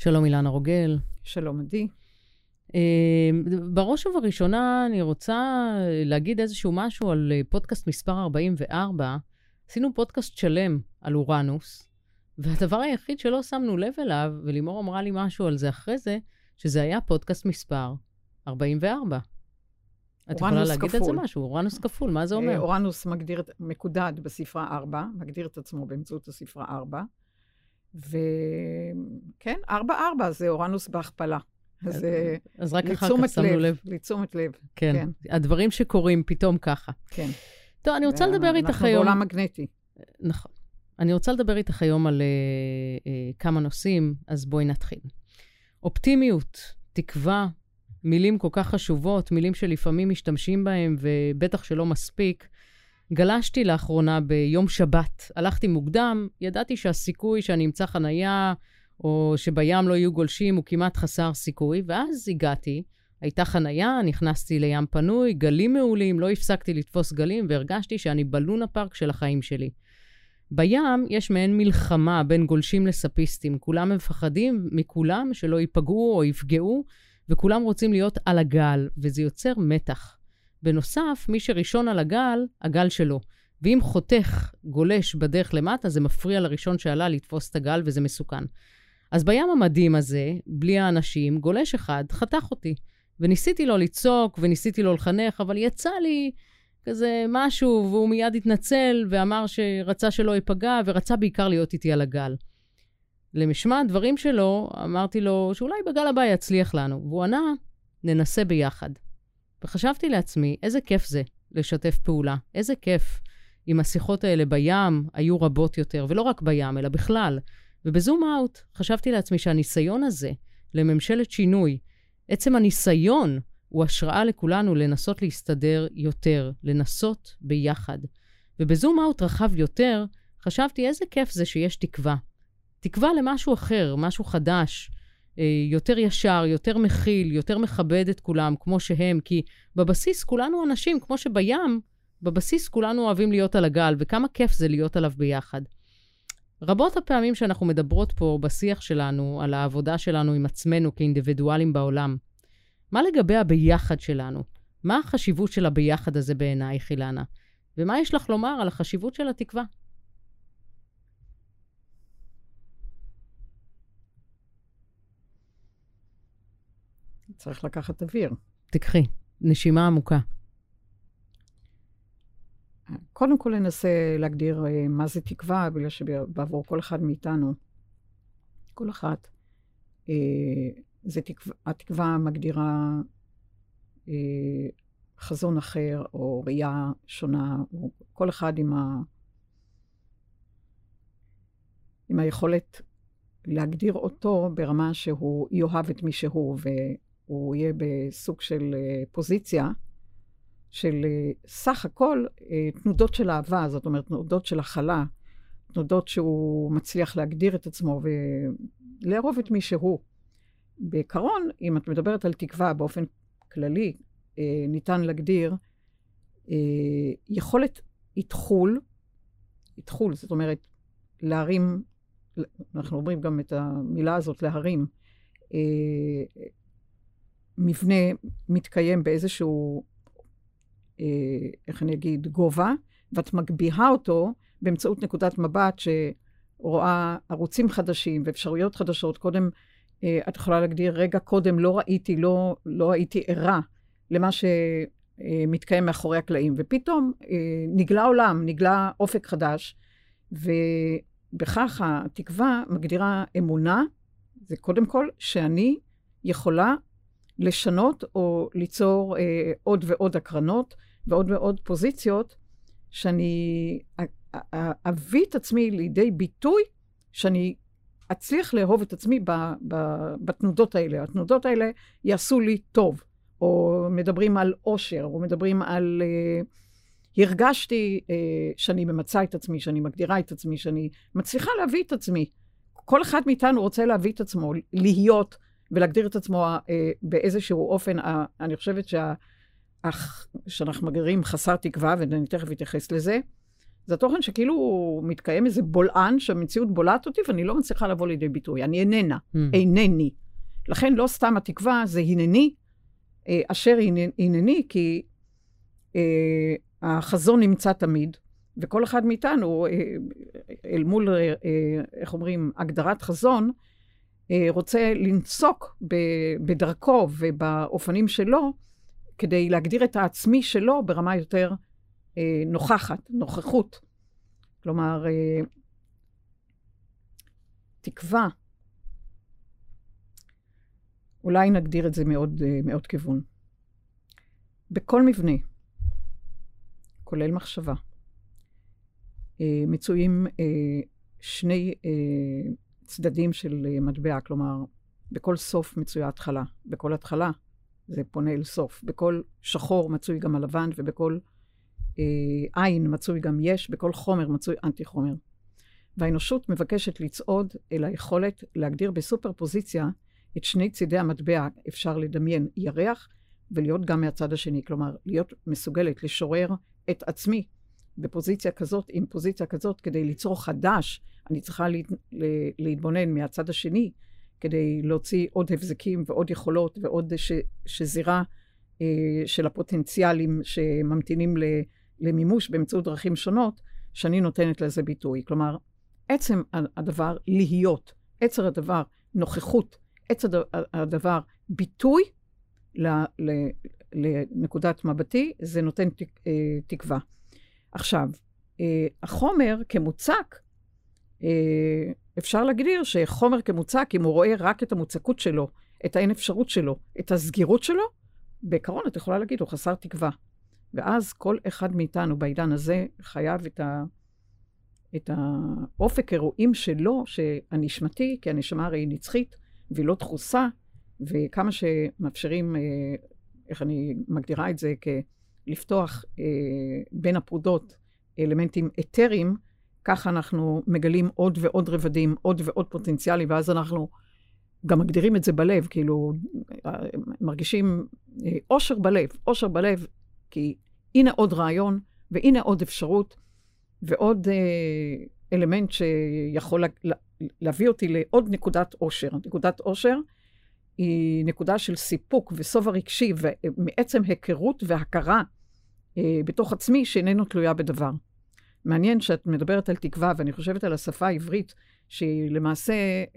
שלום אילנה רוגל. שלום עדי. בראש ובראשונה אני רוצה להגיד איזשהו משהו על פודקאסט מספר 44. עשינו פודקאסט שלם על אורנוס, והדבר היחיד שלא שמנו לב אליו, ולימור אמרה לי משהו על זה אחרי זה, שזה היה פודקאסט מספר 44. את יכולה להגיד את זה משהו? אורנוס כפול, מה זה אומר? אורנוס מקודד בספרה 4, מגדיר את עצמו באמצעות הספרה 4, וכן, 4-4 זה אורנוס בהכפלה. אז רק אחר כך שמנו לב. לתשומת לב. כן, הדברים שקורים פתאום ככה. כן. טוב, אני רוצה לדבר איתך היום. אנחנו בעולם מגנטי. נכון. אני רוצה לדבר איתך היום על כמה נושאים, אז בואי נתחיל. אופטימיות, תקווה, מילים כל כך חשובות, מילים שלפעמים משתמשים בהם, ובטח שלא מספיק. גלשתי לאחרונה ביום שבת, הלכתי מוקדם, ידעתי שהסיכוי שאני אמצא חנייה, או שבים לא יהיו גולשים, הוא כמעט חסר סיכוי, ואז הגעתי, הייתה חנייה, נכנסתי לים פנוי, גלים מעולים, לא הפסקתי לתפוס גלים, והרגשתי שאני בלונה פארק של החיים שלי. בים יש מעין מלחמה בין גולשים לספיסטים, כולם מפחדים מכולם שלא ייפגעו או יפגעו, וכולם רוצים להיות על הגל, וזה יוצר מתח. בנוסף, מי שראשון על הגל, הגל שלו. ואם חותך גולש בדרך למטה, זה מפריע לראשון שעלה לתפוס את הגל, וזה מסוכן. אז בים המדהים הזה, בלי האנשים, גולש אחד חתך אותי. וניסיתי לו לצעוק, וניסיתי לו לחנך, אבל יצא לי כזה משהו, והוא מיד התנצל, ואמר שרצה שלא ייפגע, ורצה בעיקר להיות איתי על הגל. למשמע הדברים שלו, אמרתי לו שאולי בגל הבא יצליח לנו. והוא ענה, ננסה ביחד. וחשבתי לעצמי, איזה כיף זה לשתף פעולה. איזה כיף אם השיחות האלה בים היו רבות יותר, ולא רק בים, אלא בכלל. ובזום אאוט חשבתי לעצמי שהניסיון הזה לממשלת שינוי, עצם הניסיון הוא השראה לכולנו לנסות להסתדר יותר, לנסות ביחד. ובזום אאוט רחב יותר, חשבתי איזה כיף זה שיש תקווה. תקווה למשהו אחר, משהו חדש, יותר ישר, יותר מכיל, יותר מכבד את כולם כמו שהם, כי בבסיס כולנו אנשים, כמו שבים, בבסיס כולנו אוהבים להיות על הגל, וכמה כיף זה להיות עליו ביחד. רבות הפעמים שאנחנו מדברות פה בשיח שלנו, על העבודה שלנו עם עצמנו כאינדיבידואלים בעולם, מה לגבי הביחד שלנו? מה החשיבות של הביחד הזה בעינייך, אילנה? ומה יש לך לומר על החשיבות של התקווה? צריך לקחת אוויר. תקחי, נשימה עמוקה. קודם כל ננסה להגדיר מה זה תקווה, בגלל שבעבור כל אחד מאיתנו, כל אחת, התקווה מגדירה חזון אחר, או ראייה שונה, או כל אחד עם היכולת להגדיר אותו ברמה שהוא יאהב את מי שהוא, והוא יהיה בסוג של פוזיציה, של סך הכל תנודות של אהבה, זאת אומרת תנודות של הכלה, תנודות שהוא מצליח להגדיר את עצמו ולאהוב את מי שהוא. בעיקרון, אם את מדברת על תקווה באופן כללי, ניתן להגדיר יכולת התחול, זאת אומרת להרים, אנחנו אומרים גם את המילה הזאת להרים, מבנה מתקיים באיזשהו איך אני אגיד, גובה, ואת מגביהה אותו באמצעות נקודת מבט שרואה ערוצים חדשים ואפשרויות חדשות. קודם, את יכולה להגדיר, רגע קודם לא הייתי ערה למה שמתקיים מאחורי הקלעים, ופתאום נגלה עולם, נגלה אופק חדש, ובכך התקווה מגדירה אמונה, זה קודם כל שאני יכולה לשנות או ליצור עוד ועוד הקרנות ועוד ועוד פוזיציות, שאני אביא את עצמי לידי ביטוי, שאני אצליח לאהוב את עצמי בתנודות האלה. התנודות האלה יעשו לי טוב, או מדברים על אושר, או מדברים על הרגשתי שאני ממצא את עצמי, שאני מגדירה את עצמי, שאני מצליחה להביא את עצמי. כל אחד מאיתנו רוצה להביא את עצמו, להיות ולהגדיר את עצמו באיזשהו אופן. אני חושבת שאנחנו מגדירים חסר תקווה, ואני תכף אתייחס לזה, זה התוכן שכאילו מתקיים איזה בולען, שהמציאות בולעת אותי, ואני לא מצליחה לבוא לידי ביטוי. אני אינני. לכן לא סתם התקווה, זה הנני, אשר הנני, כי החזון נמצא תמיד, וכל אחד מאיתנו, אל מול, איך אומרים, הגדרת חזון, רוצה לנסוק בדרכו ובאופנים שלו, כדי להגדיר את העצמי שלו ברמה יותר נוכחות. כלומר, תקווה, אולי נגדיר את זה מאוד כיוון. בכל מבנה, כולל מחשבה, מצויים שני צדדים של מטבע, כלומר, בכל סוף מצויה התחלה. בכל התחלה זה פונה אל סוף. בכל שחור מצוי גם הלבן, ובכל עין מצוי גם יש, בכל חומר מצוי אנטי חומר. והאנושות מבקשת לצעוד אל היכולת להגדיר בסופר פוזיציה את שני צידי המטבע. אפשר לדמיין ירח ולהיות גם מהצד השני, כלומר, להיות מסוגלת לשורר את עצמי בפוזיציה כזאת, עם פוזיציה כזאת, כדי ליצור חדש. אני צריכה להתבונן מהצד השני, כדי להוציא עוד הבזקים ועוד יכולות ועוד שזירה של הפוטנציאלים שממתינים למימוש באמצעות דרכים שונות, שאני נותנת לזה ביטוי. כלומר, עצם הדבר להיות, עצם הדבר נוכחות, עצם הדבר ביטוי לנקודת מבטי, זה נותן תקווה. עכשיו, החומר כמוצק, אפשר להגדיר שחומר כמוצק, אם הוא רואה רק את המוצקות שלו, את האין אפשרות שלו, את הסגירות שלו, בעיקרון את יכולה להגיד, הוא חסר תקווה. ואז כל אחד מאיתנו בעידן הזה חייב את האופק אירועים שלו, שהנשמתי, כי הנשמה הרי היא נצחית, והיא לא דחוסה, וכמה שמאפשרים, איך אני מגדירה את זה, לפתוח בין הפרודות אלמנטים אתריים, כך אנחנו מגלים עוד ועוד רבדים, עוד ועוד פוטנציאלי, ואז אנחנו גם מגדירים את זה בלב, כאילו מרגישים אושר בלב, כי הנה עוד רעיון, והנה עוד אפשרות, ועוד אלמנט שיכול להביא אותי לעוד נקודת אושר. נקודת אושר היא נקודה של סיפוק וסובה רגשי, ומעצם היכרות והכרה בתוך עצמי שאיננו תלויה בדבר. מעניין שאת מדברת על תקווה, ואני חושבת על השפה העברית, שהיא למעשה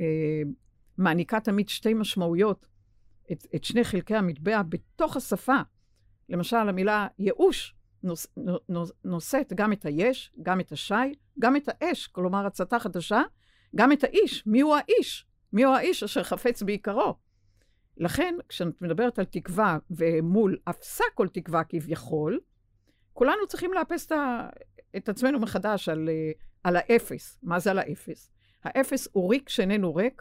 מעניקה תמיד שתי משמעויות, את שני חלקי המטבע בתוך השפה. למשל, המילה ייאוש נושאת גם את היש, גם את השי, גם את האש, כלומר הצתה חדשה, גם את האיש. מיהו האיש? מיהו האיש אשר חפץ בעיקרו? לכן, כשאת מדברת על תקווה, ומול אפסה כל תקווה כביכול, כולנו צריכים לאפס את עצמנו מחדש על האפס. מה זה על האפס? האפס הוא ריק שאיננו ריק,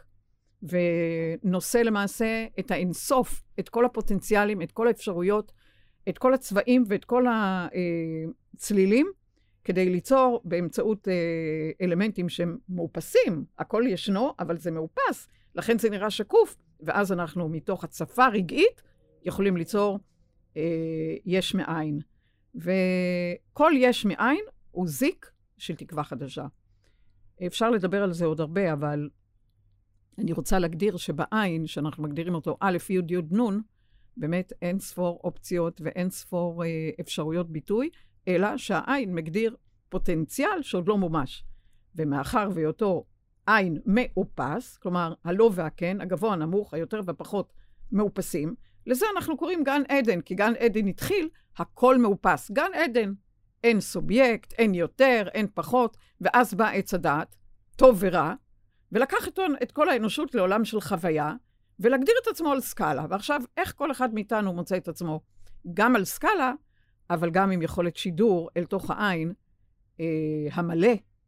ונושא למעשה את האינסוף, את כל הפוטנציאלים, את כל האפשרויות, את כל הצבעים ואת כל הצלילים, כדי ליצור באמצעות אלמנטים שהם מאופסים. הכל ישנו, אבל זה מאופס, לכן זה נראה שקוף, ואז אנחנו מתוך הצפה רגעית יכולים ליצור יש מאין. וכל יש מאין הוא זיק של תקווה חדשה. אפשר לדבר על זה עוד הרבה, אבל אני רוצה להגדיר שבעין, שאנחנו מגדירים אותו א', י', י', נ', באמת אין ספור אופציות ואין ספור אפשרויות ביטוי, אלא שהעין מגדיר פוטנציאל שעוד לא מומש. ומאחר והיותו עין מאופס, כלומר הלא והכן, הגבוה, הנמוך, היותר והפחות מאופסים, לזה אנחנו קוראים גן עדן, כי גן עדן התחיל, הכל מאופס. גן עדן, אין סובייקט, אין יותר, אין פחות, ואז בא עץ הדעת, טוב ורע, ולקח את כל האנושות לעולם של חוויה, ולהגדיר את עצמו על סקאלה. ועכשיו, איך כל אחד מאיתנו מוצא את עצמו גם על סקאלה, אבל גם עם יכולת שידור אל תוך העין המלא,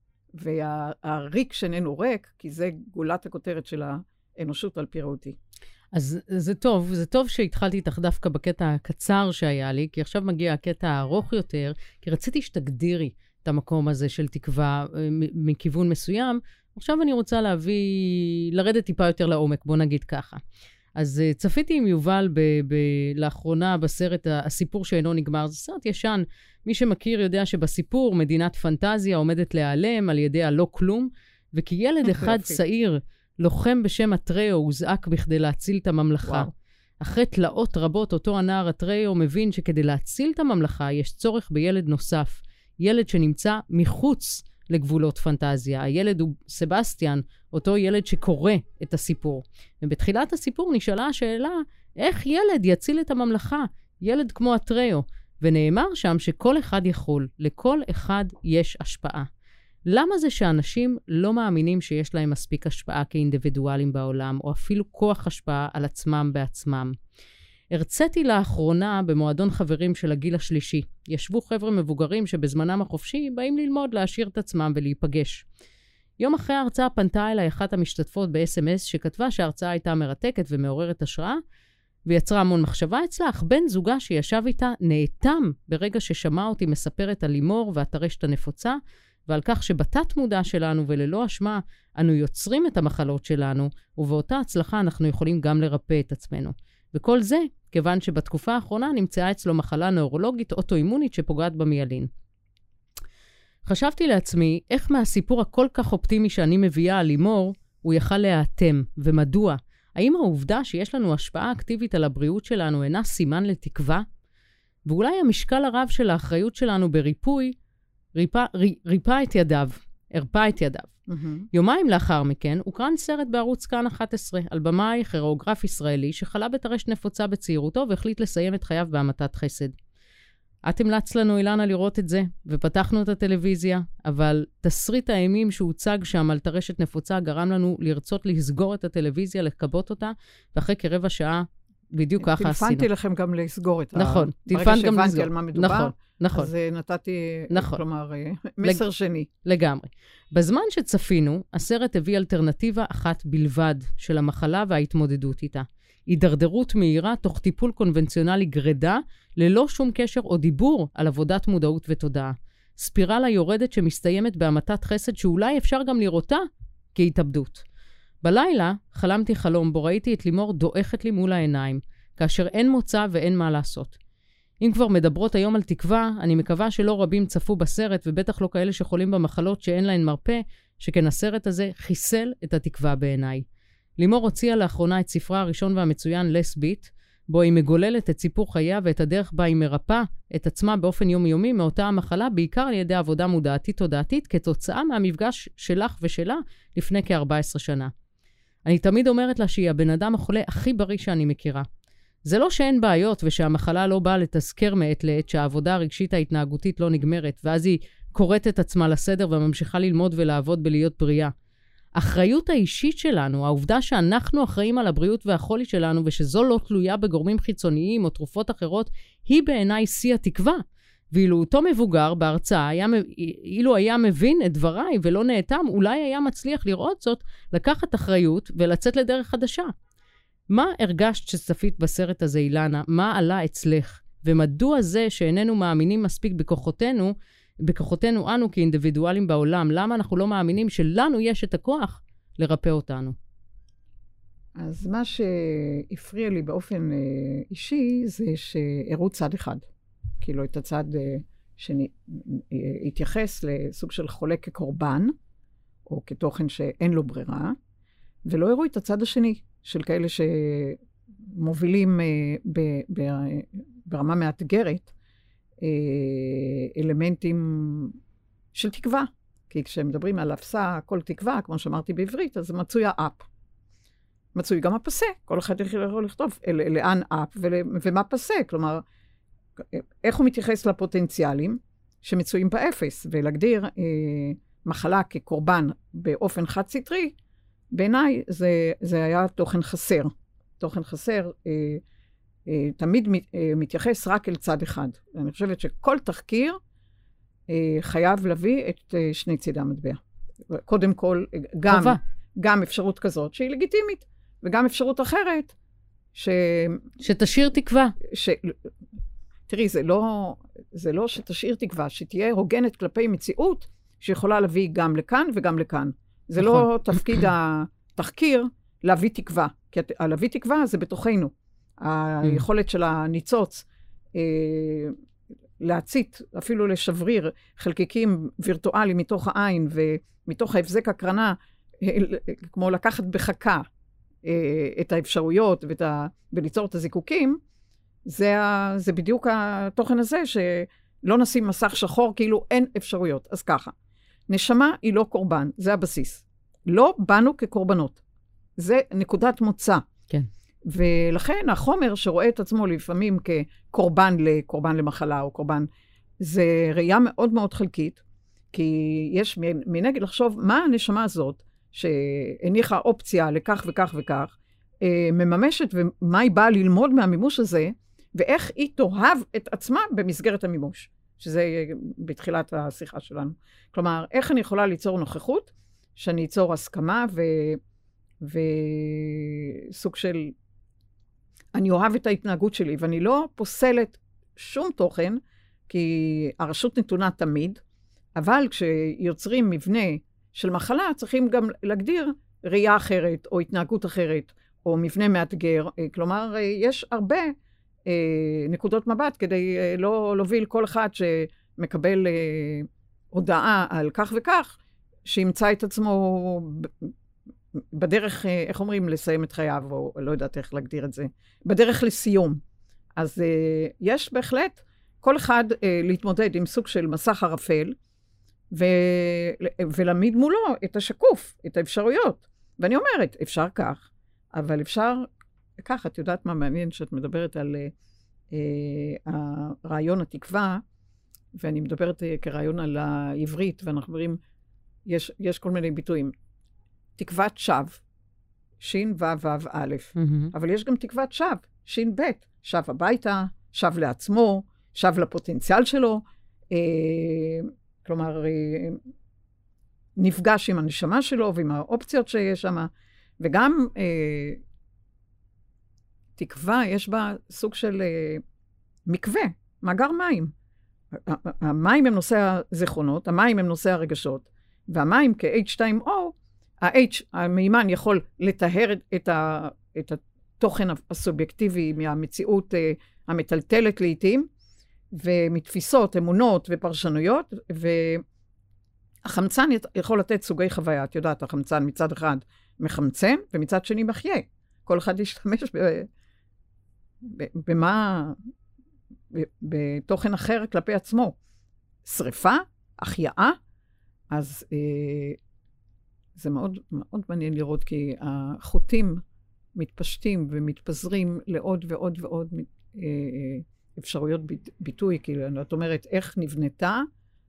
והריק שאיננו ריק, כי זה גולת הכותרת של האנושות על פי ראותי. אז זה טוב שהתחלתי איתך דווקא בקטע הקצר שהיה לי, כי עכשיו מגיע הקטע הארוך יותר, כי רציתי שתגדירי את המקום הזה של תקווה מכיוון מסוים. עכשיו אני רוצה לרדת טיפה יותר לעומק, בוא נגיד ככה. אז צפיתי עם יובל לאחרונה בסרט הסיפור שאינו נגמר. זה סרט ישן. מי שמכיר יודע שבסיפור מדינת פנטזיה עומדת להיעלם על ידי הלא כלום, וכי ילד אחד צעיר, לוחם בשם אטריו, הוזעק בכדי להציל את הממלכה. אחרי תלאות רבות, אותו הנער אטריו מבין שכדי להציל את הממלכה יש צורך בילד נוסף. ילד שנמצא מחוץ לגבולות פנטזיה. הילד הוא סבסטיאן, אותו ילד שקורא את הסיפור. ובתחילת הסיפור נשאלה השאלה, איך ילד יציל את הממלכה? ילד כמו אטריו. ונאמר שם שכל אחד יכול, לכל אחד יש השפעה. למה זה שאנשים לא מאמינים שיש להם מספיק השפעה כאינדיבידואלים בעולם, או אפילו כוח השפעה על עצמם בעצמם? הרציתי לאחרונה במועדון חברים של הגיל השלישי. ישבו חבר'ה מבוגרים שבזמנם החופשי באים ללמוד להשאיר את עצמם ולהיפגש. יום אחרי ההרצאה פנתה אליי אחת המשתתפות ב-SMS שכתבה שההרצאה הייתה מרתקת ומעוררת השראה, ויצרה המון מחשבה אצלה, אך בן זוגה שישב איתה נאטם ברגע ששמע אותי מספרת על לימור והטרשת הנפוצה, ועל כך שבתת מודע שלנו וללא אשמה אנו יוצרים את המחלות שלנו, ובאותה הצלחה אנחנו יכולים גם לרפא את עצמנו. וכל זה כיוון שבתקופה האחרונה נמצאה אצלו מחלה נוירולוגית אוטואימונית שפוגעת במיילין. חשבתי לעצמי איך מהסיפור הכל כך אופטימי שאני מביאה על לימור הוא יכל להיאטם, ומדוע? האם העובדה שיש לנו השפעה אקטיבית על הבריאות שלנו אינה סימן לתקווה? ואולי המשקל הרב של האחריות שלנו בריפוי ריפא את ידיו, הרפא את ידיו. יומיים לאחר מכן הוקרן סרט בערוץ כאן 11 על במאי כוריאוגרף ישראלי שחלה בטרשת נפוצה בצעירותו והחליט לסיים את חייו בהמתת חסד. את המלצת לנו אילנה לראות את זה, ופתחנו את הטלוויזיה, אבל תסריט האימים שהוצג שם על טרשת נפוצה גרם לנו לרצות לסגור את הטלוויזיה, לקבות אותה, ואחרי כרבע שעה בדיוק ככה עשינו. טלפנתי לכם גם לסגור את נכון, ברגע שהבנתי על מה מדובר, נכון. אז נתתי, כלומר, מסר שני. לגמרי. בזמן שצפינו, הסרט הביא אלטרנטיבה אחת בלבד של המחלה וההתמודדות איתה. הידרדרות מהירה תוך טיפול קונבנציונלי גרדה, ללא שום קשר או דיבור על עבודת מודעות ותודעה. ספירלה יורדת שמסתיימת בהמתת חסד שאולי אפשר גם לראותה כהתאבדות. בלילה חלמתי חלום בו ראיתי את לימור דועכת לי מול העיניים, כאשר אין מוצא ואין מה לעשות. אם כבר מדברות היום על תקווה, אני מקווה שלא רבים צפו בסרט, ובטח לא כאלה שחולים במחלות שאין להן מרפא, שכן הסרט הזה חיסל את התקווה בעיניי. לימור הוציאה לאחרונה את ספרה הראשון והמצוין לסבית, בו היא מגוללת את סיפור חייה ואת הדרך בה היא מרפאה את עצמה באופן יומיומי מאותה המחלה, בעיקר על ידי עבודה מודעתית-תודעתית, כתוצאה מהמפגש שלך ושלה לפני כ-14 שנה. אני תמיד אומרת לה שהיא הבן אדם החולה הכי בריא שאני מכירה. זה לא שאין בעיות ושהמחלה לא באה לתזכר מעת לעת שהעבודה הרגשית ההתנהגותית לא נגמרת, ואז היא קוראת את עצמה לסדר וממשיכה ללמוד ולעבוד בלהיות בריאה. האחריות האישית שלנו, העובדה שאנחנו אחראים על הבריאות והחולי שלנו, ושזו לא תלויה בגורמים חיצוניים או תרופות אחרות, היא בעיניי שיא התקווה. ואילו אותו מבוגר בהרצאה, אילו היה מבין את דבריי ולא נאטם, אולי היה מצליח לראות זאת, לקחת אחריות ולצאת לדרך חדשה. מה הרגשת שצפית בסרט הזה, אילנה? מה עלה אצלך? ומדוע זה שאיננו מאמינים מספיק בכוחותינו אנו כאינדיבידואלים בעולם? למה אנחנו לא מאמינים שלנו יש את הכוח לרפא אותנו? אז מה שהפריע לי באופן אישי זה שהראו צד אחד. כאילו את הצד שהתייחס לסוג של חולה כקורבן, או כתוכן שאין לו ברירה, ולא הראו את הצד השני של כאלה שמובילים ברמה מאתגרת אלמנטים של תקווה. כי כשמדברים על אפסה, כל תקווה, כמו שאמרתי בעברית, אז מצוי האפ. מצוי גם הפסה. כל אחד יכול לכתוב לאן אפ ומה פסה. כלומר, איך הוא מתייחס לפוטנציאלים שמצויים באפס, ולהגדיר מחלה כקורבן באופן חד סטרי, בעיניי זה היה תוכן חסר. תוכן חסר תמיד מתייחס רק אל צד אחד. אני חושבת שכל תחקיר חייב להביא את שני צידי המטבע. קודם כל, גם אפשרות כזאת שהיא לגיטימית, וגם אפשרות אחרת שתשאיר תקווה. תראי, זה לא שתשאיר תקווה, שתהיה הוגנת כלפי מציאות שיכולה להביא גם לכאן וגם לכאן. זה לא תפקיד התחקיר להביא תקווה, כי להביא תקווה זה בתוכנו. היכולת של הניצוץ להצית, אפילו לשבריר חלקיקים וירטואליים מתוך העין ומתוך ההבזק הקרנה, כמו לקחת בחכה את האפשרויות וליצור את הזיקוקים, זה בדיוק התוכן הזה שלא נשים מסך שחור, כאילו אין אפשרויות. אז ככה, נשמה היא לא קורבן, זה הבסיס. לא באנו כקורבנות. זה נקודת מוצא. כן. ולכן החומר שרואה את עצמו לפעמים כקורבן למחלה או קורבן, זה ראייה מאוד מאוד חלקית, כי יש מנגד לחשוב מה הנשמה הזאת, שהניחה אופציה לכך וכך וכך, מממשת ומה היא באה ללמוד מהמימוש הזה, ואיך היא תאהב את עצמה במסגרת המימוש, שזה בתחילת השיחה שלנו. כלומר, איך אני יכולה ליצור נוכחות, שאני אצור הסכמה וסוג של, אני אוהב את ההתנהגות שלי, ואני לא פוסלת שום תוכן, כי הרשות נתונה תמיד, אבל כשיוצרים מבנה של מחלה, צריכים גם להגדיר ראייה אחרת, או התנהגות אחרת, או מבנה מאתגר. כלומר, יש הרבה נקודות מבט, כדי לא להוביל כל אחד שמקבל הודעה על כך וכך, שימצא את עצמו בדרך, איך אומרים, לסיים את חייו, או לא יודעת איך להגדיר את זה, בדרך לסיום. אז יש בהחלט כל אחד להתמודד עם סוג של מסך ערפל, ולהעמיד מולו את השקוף, את האפשרויות. ואני אומרת, אפשר כך, אבל אפשר כך. את יודעת מה מעניין שאת מדברת על רעיון התקווה, ואני מדברת כרעיון על העברית, ואנחנו אומרים, יש כל מיני ביטויים. תקוות שווא, שין וו וו א', אבל יש גם תקוות שווא, שין ב', שב הביתה, שב לעצמו, שב לפוטנציאל שלו, כלומר, נפגש עם הנשמה שלו ועם האופציות שיש שם, וגם תקווה, יש בה סוג של מקווה, מאגר מים. המים הם נושא הזיכרונות, המים הם נושא הרגשות, והמים כ-H2O, ה-H, המימן יכול לטהר את התוכן הסובייקטיבי מהמציאות המטלטלת לעתים, ומתפיסות, אמונות ופרשנויות, והחמצן יכול לתת סוגי חוויה. את יודעת, החמצן מצד אחד מחמצן, ומצד שני מחיה. כל אחד ישתמש בתוכן אחר כלפי עצמו. שריפה, החייאה, אז זה מאוד, מאוד מעניין לראות, כי החוטים מתפשטים ומתפזרים לעוד ועוד ועוד אפשרויות ביטוי, כאילו, את אומרת, איך נבנתה,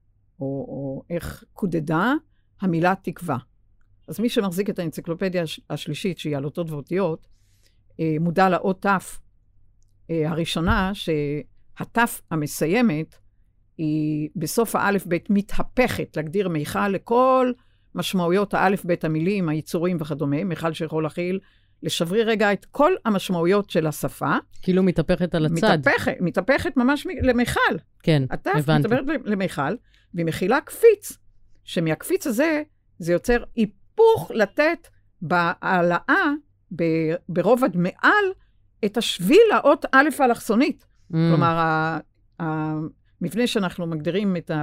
או איך קודדה המילה תקווה. אז מי שמחזיק את האנציקלופדיה השלישית, שהיא על אותות ואותיות, מודע לאות תף הראשונה, שהתף המסיימת, היא בסוף האלף בית מתהפכת, להגדיר מיכל לכל משמעויות האלף בית המילים, היצורים וכדומה, מיכל שיכול להכיל, לשבריר רגע את כל המשמעויות של השפה. כאילו מתהפכת על הצד. מתהפכת ממש למיכל. כן, הבנתי. התף מתהפכת למיכל, והיא מכילה קפיץ, שמהקפיץ הזה, זה יוצר היפוך לתת בהעלאה, ברובד מעל, את השביל האות א' האלכסונית. כלומר, המבנה שאנחנו מגדירים את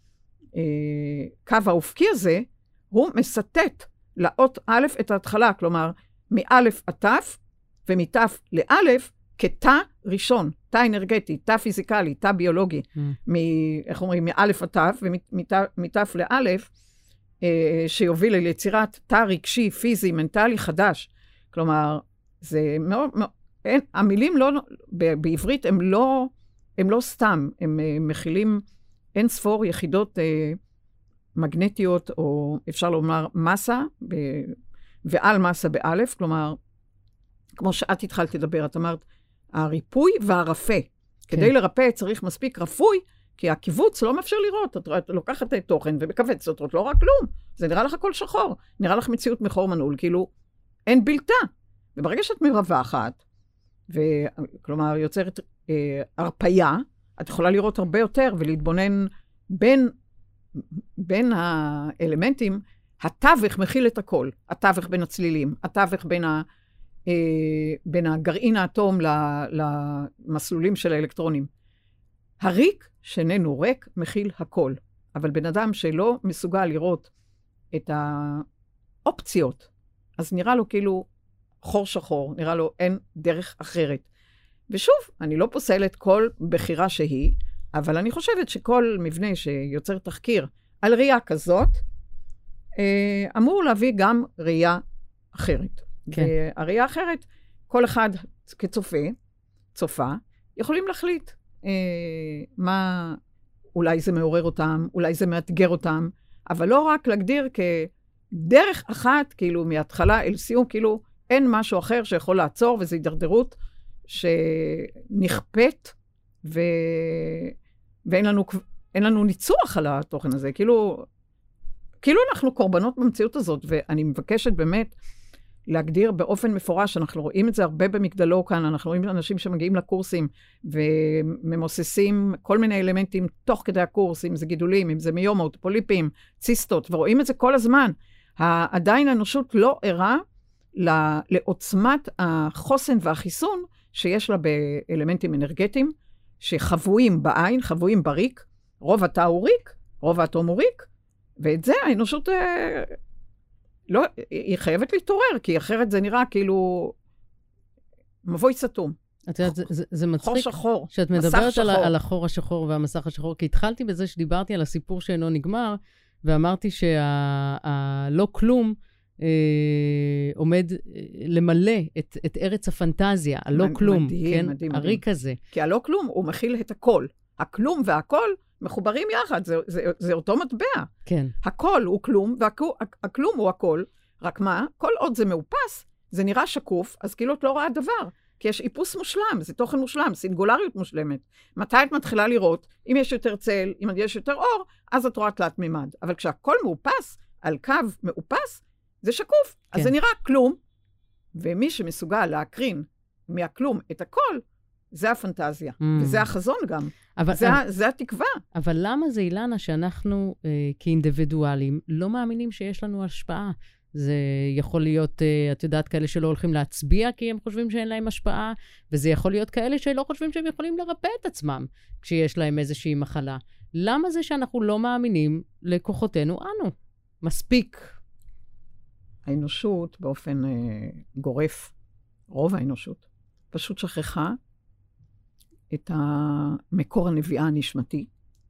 הקו האופקי הזה, הוא מסתת לאות א' את ההתחלה, כלומר, מאלף התף, ומתף לאלף, כתא ראשון, תא אנרגטי, תא פיזיקלי, תא ביולוגי, איך אומרים, מאלף התף, ומתף לאלף, שיוביל ליצירת תא רגשי, פיזי, מנטלי חדש. כלומר, זה מאוד, המילים לא, בעברית הם לא סתם, הם מכילים אין ספור יחידות מגנטיות, או אפשר לומר מסה, ועל מסה באלף, כלומר, כמו שאת התחלת לדבר, את אמרת, הריפוי והרפא. כן. כדי לרפא צריך מספיק רפוי, כי הקיבוץ לא מאפשר לראות. את לוקחת את תוכן ומקבץ אותו, לא רק כלום. זה נראה לך הכל שחור. נראה לך מציאות מחור מנעול, כאילו אין בלתה. וברגע שאת מרווחת, כלומר יוצרת הרפיה, את יכולה לראות הרבה יותר ולהתבונן בין האלמנטים, התווך מכיל את הכל. התווך בין הצלילים, התווך בין בין הגרעין האטום למסלולים של האלקטרונים. הריק שאיננו ריק מכיל הכל, אבל בן אדם שלא מסוגל לראות את האופציות, אז נראה לו כאילו חור שחור, נראה לו אין דרך אחרת. ושוב, אני לא פוסלת כל בחירה שהיא, אבל אני חושבת שכל מבנה שיוצר תחקיר על ראייה כזאת, אמור להביא גם ראייה אחרת. כן. והראייה אחרת, כל אחד צופה, יכולים להחליט מה אולי זה מעורר אותם, אולי זה מאתגר אותם, אבל לא רק להגדיר כדרך אחת, כאילו מההתחלה אל סיום, כאילו אין משהו אחר שיכול לעצור, וזו הידרדרות שנכפת, ואין לנו ניצוח על התוכן הזה. כאילו אנחנו קורבנות במציאות הזאת, ואני מבקשת באמת להגדיר באופן מפורש, אנחנו רואים את זה הרבה במגדלו כאן, אנחנו רואים אנשים שמגיעים לקורסים, וממוססים כל מיני אלמנטים תוך כדי הקורס, אם זה גידולים, אם זה מיומות, פוליפים, ציסטות, ורואים את זה כל הזמן. עדיין האנושות לא ערה לעוצמת החוסן והחיסון, שיש לה באלמנטים אנרגטיים, שחבויים בעין, חבויים בריק, רוב התא הוא ריק, רוב האטום הוא ריק, ואת זה האנושות לא, היא חייבת להתעורר, כי אחרת זה נראה כאילו מבוי סתום. את יודעת, זה מצחיק. חור שחור. שאת מדברת על החור השחור והמסך השחור, כי התחלתי בזה שדיברתי על הסיפור שאינו נגמר, ואמרתי שהלא כלום עומד למלא את ארץ הפנטזיה, הלא כלום, מדהים, כן? מדהים. הריק הזה. כי הלא כלום הוא מכיל את הכל. הכלום והכל מחוברים יחד, זה אותו מטבע. כן. הכל הוא כלום, והכלום הוא הכל. רק מה? כל עוד זה מאופס, זה נראה שקוף, אז כאילו את לא רואה דבר. כי יש איפוס מושלם, זה תוכן מושלם, סינגולריות מושלמת. מתי את מתחילה לראות? אם יש יותר צל, אם יש יותר אור, אז את רואה תלת מימד. אבל כשהכל מאופס, על קו מאופס, זה שקוף. כן. אז זה נראה כלום, ומי שמסוגל להקרין מהכלום את הכל, זה הפנטזיה. וזה החזון גם. זה התקווה. אבל למה זה, אילנה, שאנחנו כאינדיבידואלים לא מאמינים שיש לנו השפעה? זה יכול להיות, את יודעת, כאלה שלא הולכים להצביע כי הם חושבים שאין להם השפעה, וזה יכול להיות כאלה שלא חושבים שהם יכולים לרפא את עצמם כשיש להם איזושהי מחלה. למה זה שאנחנו לא מאמינים לכוחותינו אנו? מספיק. האנושות באופן גורף, רוב האנושות, פשוט שכחה את המקור הנביאה הנשמתי,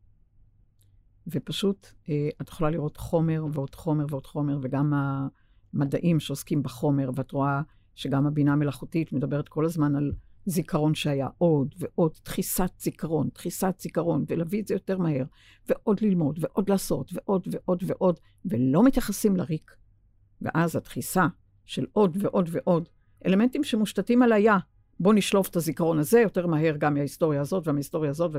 ופשוט את יכולה לראות חומר ועוד חומר ועוד חומר, וגם המדעים שעוסקים בחומר, ואת רואה שגם הבינה המלאכותית מדברת כל הזמן על זיכרון שהיה עוד ועוד, דחיסת זיכרון, ולהביא את זה יותר מהר, ועוד ללמוד, ועוד לעשות, ועוד ועוד ועוד, ולא מתייחסים לריק. ואז הדחיסה של עוד ועוד ועוד, אלמנטים שמושתתים על היה, בוא נשלוף את הזיכרון הזה יותר מהר גם מההיסטוריה הזאת, וההיסטוריה הזאת,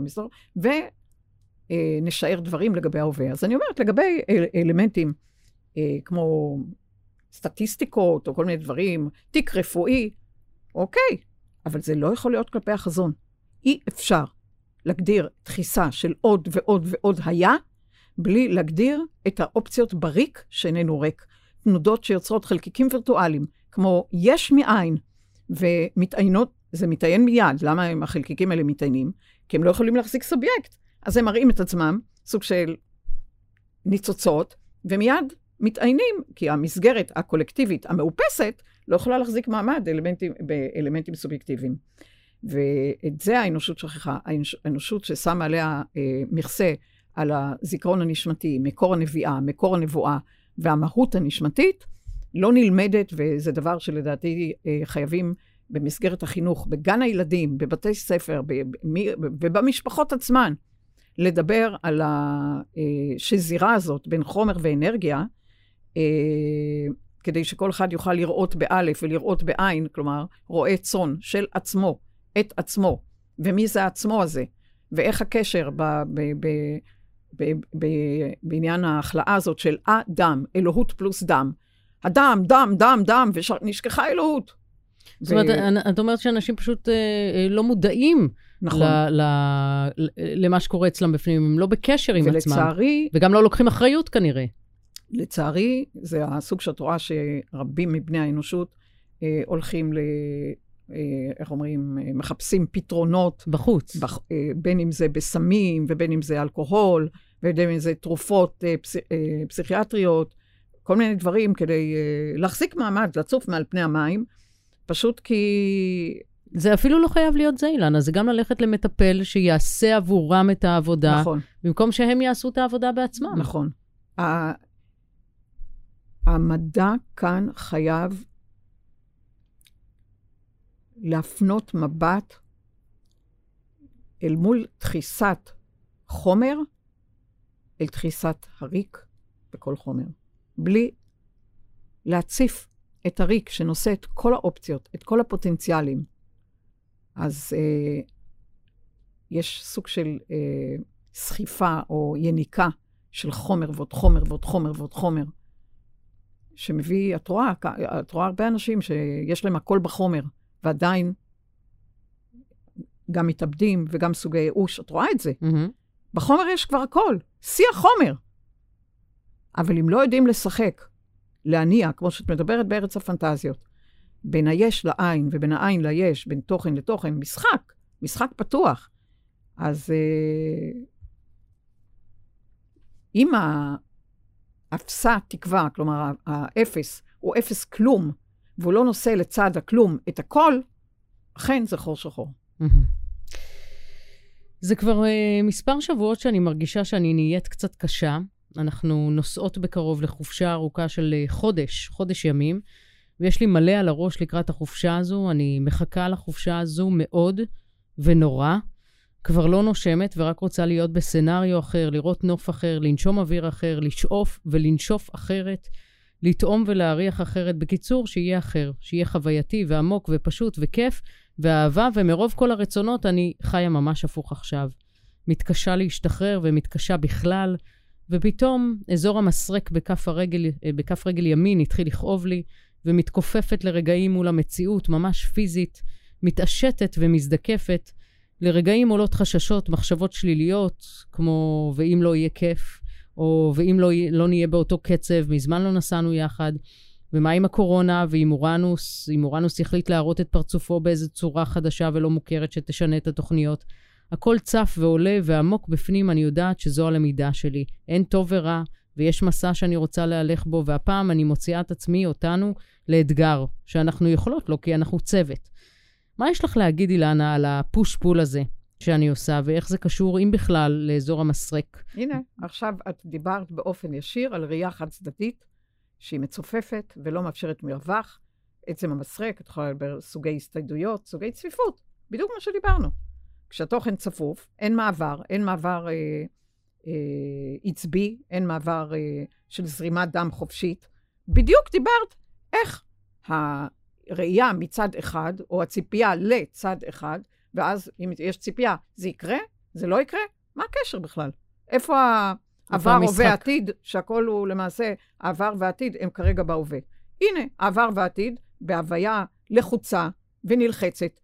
ונשאר דברים לגבי ההווה. אז אני אומרת, לגבי אלמנטים כמו סטטיסטיקות, או כל מיני דברים, תיק רפואי, אוקיי, אבל זה לא יכול להיות כלפי החזון. אי אפשר להגדיר דחיסה של עוד ועוד ועוד היה, בלי להגדיר את האופציות בריק שאיננו ריק. תנודות שיוצרות חלקיקים וירטואליים, כמו יש מאין, ומתעיינות, זה מתעיין מיד. למה הם החלקיקים האלה מתעיינים? כי הם לא יכולים להחזיק סובייקט. אז הם מראים את עצמם, סוג של ניצוצות, ומיד מתעיינים, כי המסגרת הקולקטיבית המאופסת לא יכולה להחזיק מעמד באלמנטים סובייקטיביים. ואת זה האנושות שכחה. האנושות ששמה עליה מכסה על הזיכרון הנשמתי, מקור הנביאה, מקור הנבואה, והמהות הנשמתית לא נלמדת, וזה דבר שלדעתי חייבים במסגרת החינוך, בגן הילדים, בבתי ספר, ובמשפחות עצמן, לדבר על השזירה הזאת בין חומר ואנרגיה, כדי שכל אחד יוכל לראות באלף ולראות בעין, כלומר, רואה צאן של עצמו, את עצמו, ומי זה העצמו הזה, ואיך הקשר בעניין ההחלאה הזאת של אדם, אלוהות פלוס דם. הדם, דם, דם, דם, ונשכחה אלוהות. זאת אומרת, את אומרת שאנשים פשוט לא מודעים למה שקורה אצלם בפנים, הם לא בקשר עם עצמם. וגם לא לוקחים אחריות כנראה. לצערי, זה הסוג שאת רואה שרבים מבני האנושות הולכים איך אומרים, מחפשים פתרונות. בחוץ. בין אם זה בסמים, ובין אם זה אלכוהול, ובין אם זה תרופות פסיכיאטריות, כל מיני דברים כדי להחזיק מעמד, לצוף מעל פני המים, פשוט כי... זה אפילו לא חייב להיות זה, אילנה, זה גם ללכת למטפל שיעשה עבורם את העבודה, נכון. במקום שהם יעשו את העבודה בעצמם. נכון. המדע כאן חייב להפנות מבט אל מול דחיסת חומר, אל דחיסת הריק בכל חומר. בלי להציף את הריק שנושא את כל האופציות, את כל הפוטנציאלים. אז יש סוג של סחיפה או יניקה של חומר ועוד חומר ועוד חומר ועוד חומר, שמביא, את רואה הרבה אנשים שיש להם הכל בחומר, ועדיין גם מתאבדים וגם סוגי ייאוש, את רואה את זה. בחומר יש כבר הכל, שיא החומר. אבל אם לא יודעים לשחק, להניע, כמו שאת מדברת בארץ הפנטזיות, בין היש לעין ובין העין ליש, בין תוכן לתוכן, משחק פתוח. אז אם האפסה תקווה, כלומר האפס הוא אפס כלום, והוא לא נושא לצד הכלום את הכל, אכן זה חור שחור. זה כבר מספר שבועות שאני מרגישה שאני נהיית קצת קשה. אנחנו נוסעות בקרוב לחופשה ארוכה של חודש ימים, ויש לי מלא על הראש לקראת החופשה הזו. אני מחכה לחופשה הזו מאוד ונורא. כבר לא נושמת ורק רוצה להיות בסנריו אחר, לראות נוף אחר, לנשום אוויר אחר, לשאוף ולנשוף אחרת, לטעום ולהריח אחרת. בקיצור, שיהיה אחר, שיהיה חווייתי ועמוק ופשוט וכיף ואהבה, ומרוב כל הרצונות אני חיה ממש הפוך עכשיו. מתקשה להשתחרר ומתקשה בכלל, ופתאום אזור המסרק בכף רגל ימין התחיל לכאוב לי, ומתכופפת לרגעים מול המציאות, ממש פיזית, מתעשתת ומזדקפת. לרגעים עולות חששות, מחשבות שליליות, כמו ואם לא יהיה כיף, או ואם לא נהיה באותו קצב, מזמן לא נסענו יחד, ומה עם הקורונה, ואם אורנוס יחליט להראות את פרצופו באיזו צורה חדשה ולא מוכרת שתשנה את התוכניות. הכל צף ועולה, ועמוק בפנים אני יודעת שזו הלמידה שלי. אין טוב ורע, ויש מסע שאני רוצה להלך בו, והפעם אני מוציאה את עצמי, אותנו, לאתגר, שאנחנו יכולות לו, כי אנחנו צוות. מה יש לך להגיד, אילנה, על הפוש-פול הזה שאני עושה, ואיך זה קשור, אם בכלל, לאזור המסרק? הנה, עכשיו את דיברת באופן ישיר על ראייה חד צדדית, שהיא מצופפת ולא מאפשרת מרווח. עצם המסרק, את יכולה לדבר סוגי הסתיידויות, סוגי צפיפות, בדיוק מה שדיברנו. כשהתוכן צפוף, אין מעבר עצבי, אין מעבר של זרימת דם חופשית. בדיוק דיברת איך הראייה מצד אחד, או הציפייה לצד אחד, ואז אם יש ציפייה, זה יקרה? זה לא יקרה? מה הקשר בכלל? איפה העבר, הווה, עתיד, שהכל הוא למעשה העבר והעתיד, הם כרגע בהווה. הנה, העבר והעתיד, בהוויה לחוצה ונלחצת,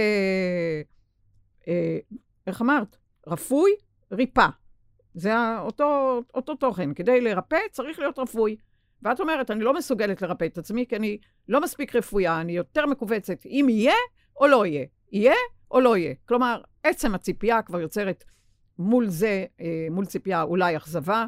איך אמרת? רפוי, ריפה. זה אותו תוכן. כדי לרפא צריך להיות רפוי. ואת אומרת, אני לא מסוגלת לרפא את עצמי, כי אני לא מספיק רפויה, אני יותר מקובצת, אם יהיה או לא יהיה. יהיה או לא יהיה. כלומר, עצם הציפייה כבר יוצרת מול זה, מול ציפייה אולי אכזבה,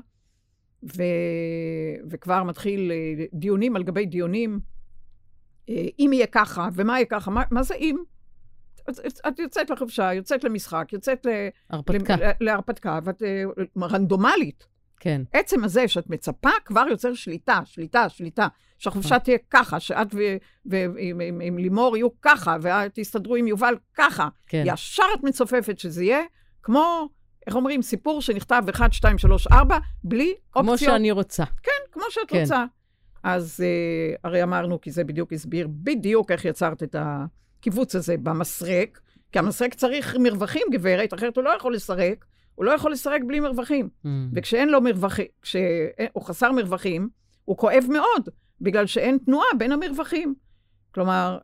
וכבר מתחיל דיונים על גבי דיונים, אם יהיה ככה, ומה יהיה ככה, מה זה אם? את יוצאת לחופשה, יוצאת למשחק, יוצאת להרפתקה, ואת רנדומלית. כן. עצם הזה שאת מצפה כבר יוצר שליטה. שהחופשה תהיה ככה, שאת ועם לימור יהיו ככה, ואת תסתדרו עם יובל ככה. כן. ישר את מצופפת שזה יהיה כמו, איך אומרים, סיפור שנכתב 1, 2, 3, 4, בלי אופציות. כמו שאני רוצה. כן, כמו שאת רוצה. אז הרי אמרנו, כי זה בדיוק הסביר, בדיוק איך יצרת את הקיבוץ הזה במסרק, כי המסרק צריך מרווחים, גברת, אחרת הוא לא יכול לסרק, הוא לא יכול לסרק בלי מרווחים. וכשאין לו מרווחים, כשהוא חסר מרווחים, הוא כואב מאוד, בגלל שאין תנועה בין המרווחים. כלומר,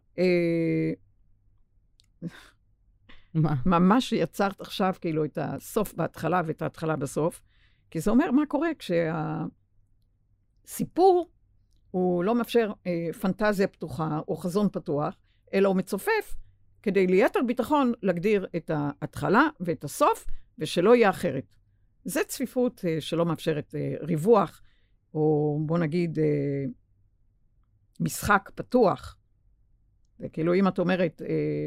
ממש יצרת עכשיו כאילו את הסוף בהתחלה ואת ההתחלה בסוף, כי זה אומר מה קורה כשהסיפור הוא לא מאפשר פנטזיה פתוחה או חזון פתוח, אלא הוא מצופף כדי ליתר ביטחון להגדיר את ההתחלה ואת הסוף, ושלא יהיה אחרת. זה צפיפות שלא מאפשרת ריווח, או בוא נגיד משחק פתוח. וכאילו אם את אומרת,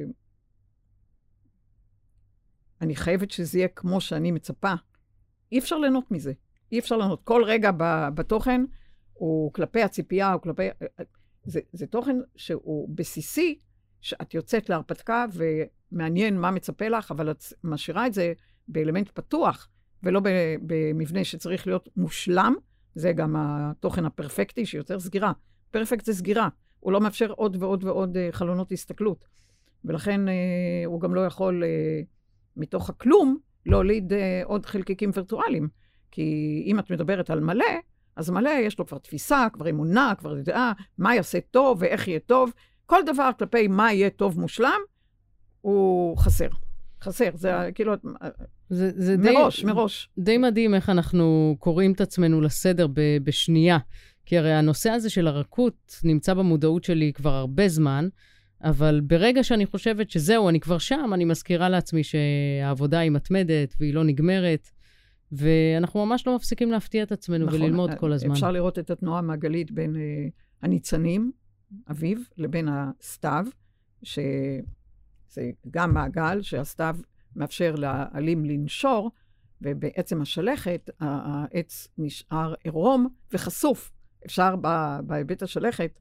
אני חייבת שזה יהיה כמו שאני מצפה, אי אפשר ליהנות מזה. אי אפשר ליהנות. כל רגע בתוכן הוא כלפי הציפייה, הוא כלפי... זה תוכן שהוא בסיסי, שאת יוצאת להרפתקה ומעניין מה מצפה לך, אבל את משאירה את זה באלמנט פתוח, ולא במבנה שצריך להיות מושלם. זה גם התוכן הפרפקטי שיוצר סגירה. פרפקט זה סגירה. הוא לא מאפשר עוד ועוד ועוד חלונות הסתכלות. ולכן הוא גם לא יכול מתוך הכלום להוליד עוד חלקיקים וירטואליים. כי אם את מדברת על מלא, אז מלא יש לו כבר תפיסה, כבר אמונה, כבר ידעה, מה יעשה טוב ואיך יהיה טוב. כל דבר כלפי מה יהיה טוב מושלם, הוא חסר. חסר, זה כאילו, זה מראש. די מדהים איך אנחנו קוראים את עצמנו לסדר בשנייה. כי הרי הנושא הזה של הרכות נמצא במודעות שלי כבר הרבה זמן, אבל ברגע שאני חושבת שזהו, אני כבר שם, אני מזכירה לעצמי שהעבודה היא מתמדת והיא לא נגמרת, ואנחנו ממש לא מפסיקים להפתיע את עצמנו נכון, וללמוד כל הזמן. אפשר לראות את התנועה המעגלית בין הניצנים, אביב, לבין הסתיו, שזה גם מעגל, שהסתיו מאפשר לעלים לנשור, ובעצם השלכת, העץ נשאר עירום וחשוף. אפשר בהיבט השלכת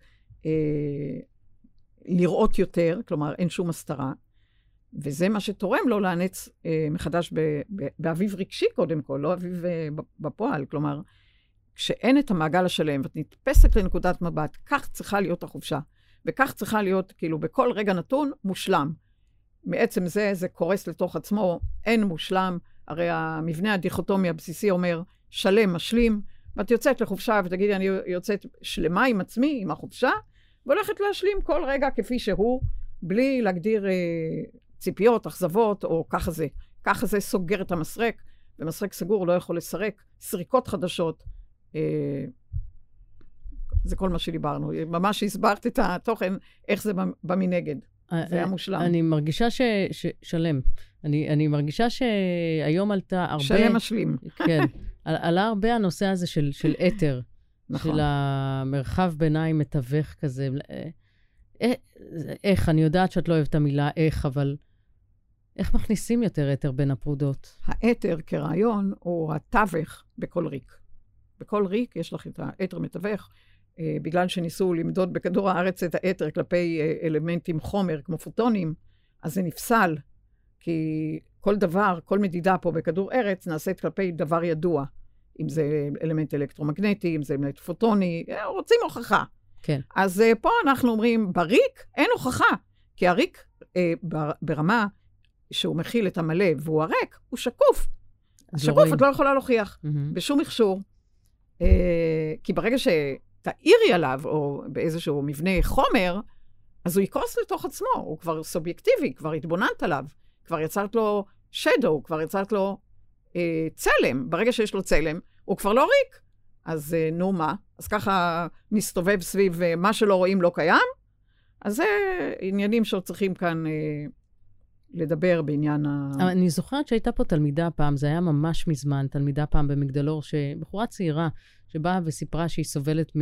לראות יותר, כלומר אין שום הסתרה, וזה מה שתורם לו להנץ מחדש באביב רגשי קודם כל, לא אביב בפועל. כלומר, כשאין את המעגל השלם, ואת נתפסת לנקודת מבט, כך צריכה להיות החופשה, וכך צריכה להיות, כאילו, בכל רגע נתון, מושלם. מעצם זה קורס לתוך עצמו, אין מושלם, הרי המבנה הדיכוטומי הבסיסי אומר, שלם, משלים, ואת יוצאת לחופשה, ותגידי, אני יוצאת שלמה עם עצמי, עם החופשה, והולכת להשלים כל רגע כפי שהוא, בלי להגדיר ציפיות, אכזבות, או ככה זה. ככה זה סוגר את המסרק, ומסרק סגור לא יכול לסרק, סריקות חדשות. זה כל מה שדיברנו. ממש הסברת את התוכן, איך זה במנגד. זה היה מושלם. אני מרגישה שלם. אני מרגישה שהיום עלתה הרבה... שלם משלים. כן. עלה הרבה הנושא הזה של אתר. נכון. של המרחב ביניים מתווך כזה. איך, אני יודעת שאת לא אוהבת את המילה איך, אבל איך מכניסים יותר אתר בין הפרודות? האתר כרעיון הוא התווך בכל ריק. בכל ריק יש לך את האתר מתווך, בגלל שניסו למדוד בכדור הארץ את האתר כלפי אלמנטים חומר כמו פוטונים, אז זה נפסל, כי כל דבר, כל מדידה פה בכדור ארץ נעשית כלפי דבר ידוע. אם זה אלמנט אלקטרומגנטי, אם זה אלמנט פוטוני, רוצים הוכחה. כן. אז פה אנחנו אומרים, בריק אין הוכחה, כי הריק ברמה שהוא מכיל את המלא והוא הריק, הוא שקוף. שקוף את לא יכולה להוכיח, בשום מכשור. כי ברגע שתאירי עליו, או באיזשהו מבנה חומר, אז הוא יקרוס לתוך עצמו, הוא כבר סובייקטיבי, כבר התבוננת עליו, כבר יצרת לו שדו, כבר יצרת לו צלם. ברגע שיש לו צלם, הוא כבר לא ריק. אז נו מה? אז ככה מסתובב סביב מה שלא רואים לא קיים. אז זה עניינים שעוד צריכים כאן לדבר בעניין אני זוכרת שהייתה פה תלמידה פעם, זה היה ממש מזמן, תלמידה פעם במגדלור, בחורה צעירה שבאה וסיפרה שהיא סובלת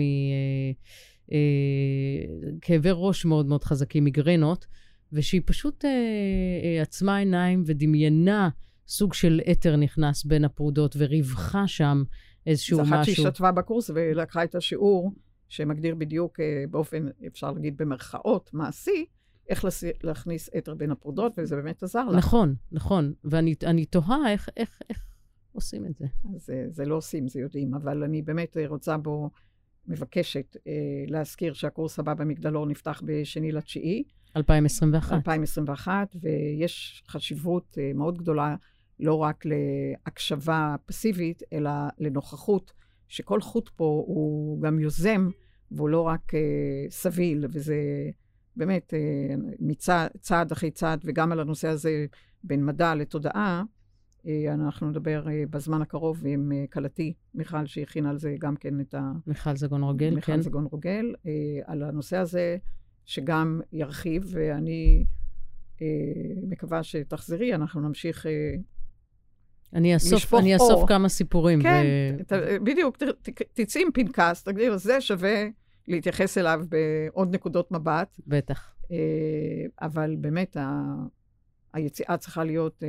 מכאבי ראש מאוד מאוד חזקים, מיגרנות, ושהיא פשוט עצמה עיניים ודמיינה סוג של אתר נכנס בין הפרודות, ורווחה שם איזשהו משהו. זה אחת שהשתתפה בקורס ולקחה את השיעור, שמגדיר בדיוק באופן, אפשר להגיד במרכאות, מעשי, איך להכניס אתר בין הפרודות, וזה באמת עזר לך. נכון, נכון. ואני תוהה איך עושים את זה. אז זה לא עושים, זה יודעים, אבל אני באמת רוצה בו, מבקשת להזכיר שהקורס הבא במגדלור נפתח ב2/9. 2021. 2021, ויש חשיבות מאוד גדולה, לא רק להקשבה פסיבית, אלא לנוכחות, שכל חוט פה הוא גם יוזם, והוא לא רק סביל, וזה באמת צעד אחרי צעד, וגם על הנושא הזה בין מדע לתודעה, אנחנו נדבר בזמן הקרוב עם קלטי, מיכל, שהכינה על זה גם כן את מיכל זגון רוגל, מיכל כן. זגון רוגל, על הנושא הזה, שגם ירחיב, ואני מקווה שתחזרי, אנחנו נמשיך אני אסוף כמה סיפורים. כן, בדיוק, תצאי עם פנקס, תגדיר, זה שווה להתייחס אליו בעוד נקודות מבט. בטח. אבל באמת, היציאה צריכה להיות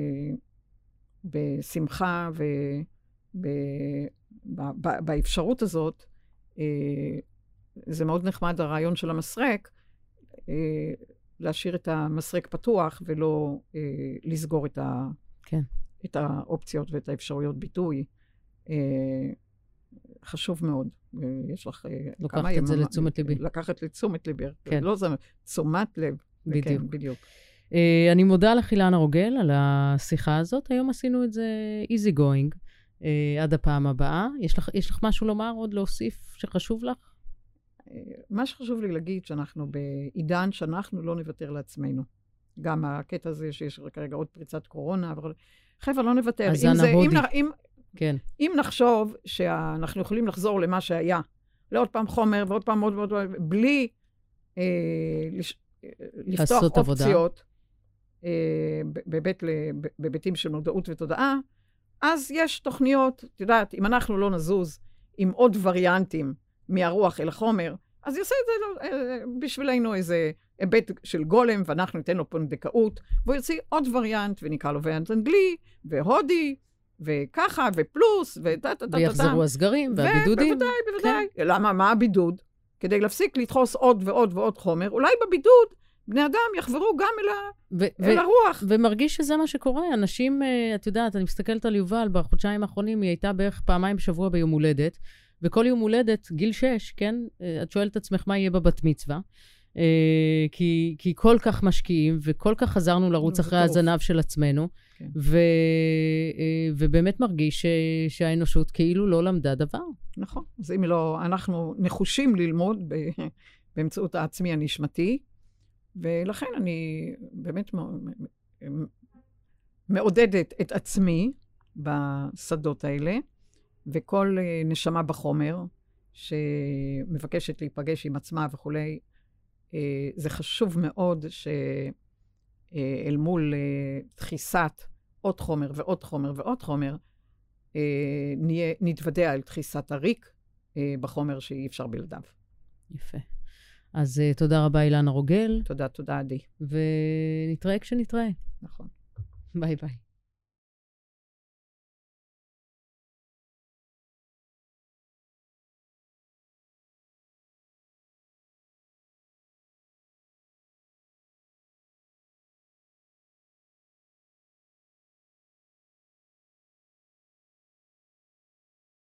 בשמחה ובאפשרות הזאת. זה מאוד נחמד הרעיון של המסרק, להשאיר את המסרק פתוח ולא לסגור את האופציות ואת האפשרויות ביטוי. חשוב מאוד. יש לך לוקחת את זה לתשומת ליבי. לקחת לתשומת ליבי. כן. לא זה תשומת לב. בדיוק. כן, בדיוק. אני מודה לך, אילנה רוגל, על השיחה הזאת. היום עשינו את זה easy going. עד הפעם הבאה. יש לך משהו לומר, עוד להוסיף שחשוב לך? מה שחשוב לי להגיד, שאנחנו בעידן שאנחנו לא נוותר לעצמנו. גם הקטע הזה שיש כרגע עוד פריצת קורונה, אבל חבר'ה, לא נוותר. אז אנא הודי. כן. אם נחשוב שאנחנו יכולים לחזור למה שהיה, לעוד פעם חומר ועוד פעם עוד, בלי לפתוח אופציות, בביתים של מודעות ותודעה, אז יש תוכניות, את יודעת, אם אנחנו לא נזוז עם עוד וריאנטים מהרוח אל החומר, אז יעשה את זה בשבילנו איזה היבט של גולם, ואנחנו ניתן לו פונדקאות, והוא יוציא עוד וריאנט, ונקרא לו וריאנט אנגלי, והודי, וככה, ופלוס, ויחזרו הסגרים והבידודים. בוודאי. כן. למה? מה הבידוד? כדי להפסיק לדחוס עוד ועוד ועוד חומר, אולי בבידוד בני אדם יחברו גם אל הרוח. ומרגיש שזה מה שקורה. אנשים, את יודעת, אני מסתכלת על יובל, בחודשיים האחרונים, היא הייתה בערך פעמיים בשבוע ביום הולדת, וכל יום הולדת, גיל 6, כן? את שואלת את עצמך מה יהיה בבת מצווה, כי כל כך משקיעים, וכל כך חזרנו לרוץ אחרי הזנב של עצמנו, כן. ובאמת מרגיש שהאנושות כאילו לא למדה דבר. נכון. אז אם לא, אנחנו נחושים ללמוד באמצעות העצמי הנשמתי, ולכן אני באמת מעודדת את עצמי בשדות האלה, וכל נשמה בחומר שמבקשת להיפגש עם עצמה וכולי, זה חשוב מאוד שאל מול דחיסת עוד חומר ועוד חומר ועוד חומר, נתוודע על דחיסת הריק בחומר שאי אפשר בלעדיו. יפה. אז תודה רבה, אילנה רוגל. תודה, עדי. ונתראה כשנתראה. נכון. ביי ביי.